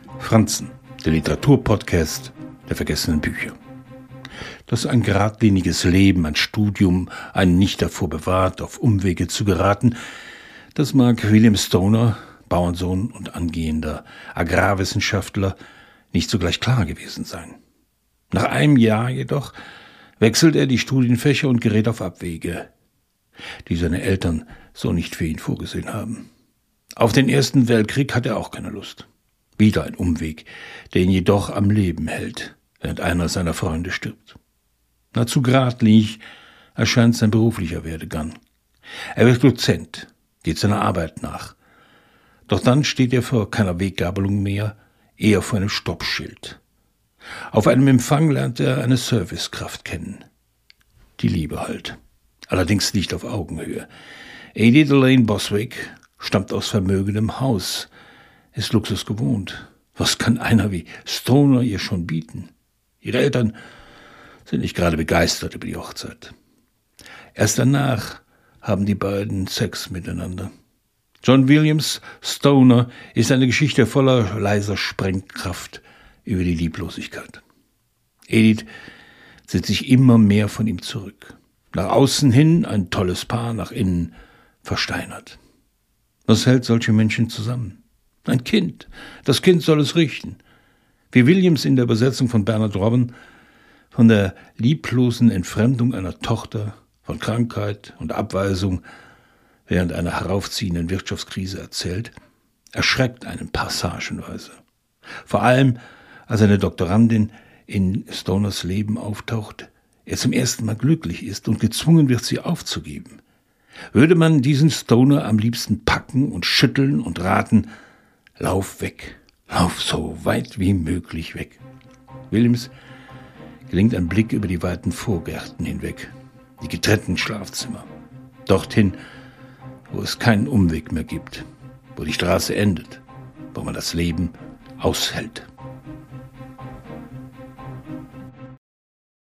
Franzen, der Literaturpodcast der vergessenen Bücher. Dass ein geradliniges Leben, ein Studium einen nicht davor bewahrt, auf Umwege zu geraten, das mag William Stoner, Bauernsohn und angehender Agrarwissenschaftler, nicht sogleich klar gewesen sein. Nach einem Jahr jedoch wechselt er die Studienfächer und gerät auf Abwege, die seine Eltern so nicht für ihn vorgesehen haben. Auf den Ersten Weltkrieg hat er auch keine Lust. Wieder ein Umweg, der ihn jedoch am Leben hält, während einer seiner Freunde stirbt. Nahezu geradlinig erscheint sein beruflicher Werdegang. Er wird Dozent, geht seiner Arbeit nach. Doch dann steht er vor keiner Weggabelung mehr, eher vor einem Stoppschild. Auf einem Empfang lernt er eine Servicekraft kennen. Die Liebe halt. Allerdings nicht auf Augenhöhe. Edith Elaine Boswick stammt aus vermögendem Haus, ist Luxus gewohnt. Was kann einer wie Stoner ihr schon bieten? Ihre Eltern sind nicht gerade begeistert über die Hochzeit. Erst danach haben die beiden Sex miteinander. John Williams Stoner ist eine Geschichte voller leiser Sprengkraft über die Lieblosigkeit. Edith zieht sich immer mehr von ihm zurück. Nach außen hin ein tolles Paar, nach innen versteinert. Was hält solche Menschen zusammen? Ein Kind. Das Kind soll es richten. Wie Williams in der Übersetzung von Bernard Robben von der lieblosen Entfremdung einer Tochter, von Krankheit und Abweisung während einer heraufziehenden Wirtschaftskrise erzählt, erschreckt einen passagenweise. Vor allem, als eine Doktorandin in Stoners Leben auftaucht, er zum ersten Mal glücklich ist und gezwungen wird, sie aufzugeben. Würde man diesen Stoner am liebsten packen und schütteln und raten, lauf weg, lauf so weit wie möglich weg. Williams gelingt ein Blick über die weiten Vorgärten hinweg, die getrennten Schlafzimmer, dorthin, wo es keinen Umweg mehr gibt, wo die Straße endet, wo man das Leben aushält.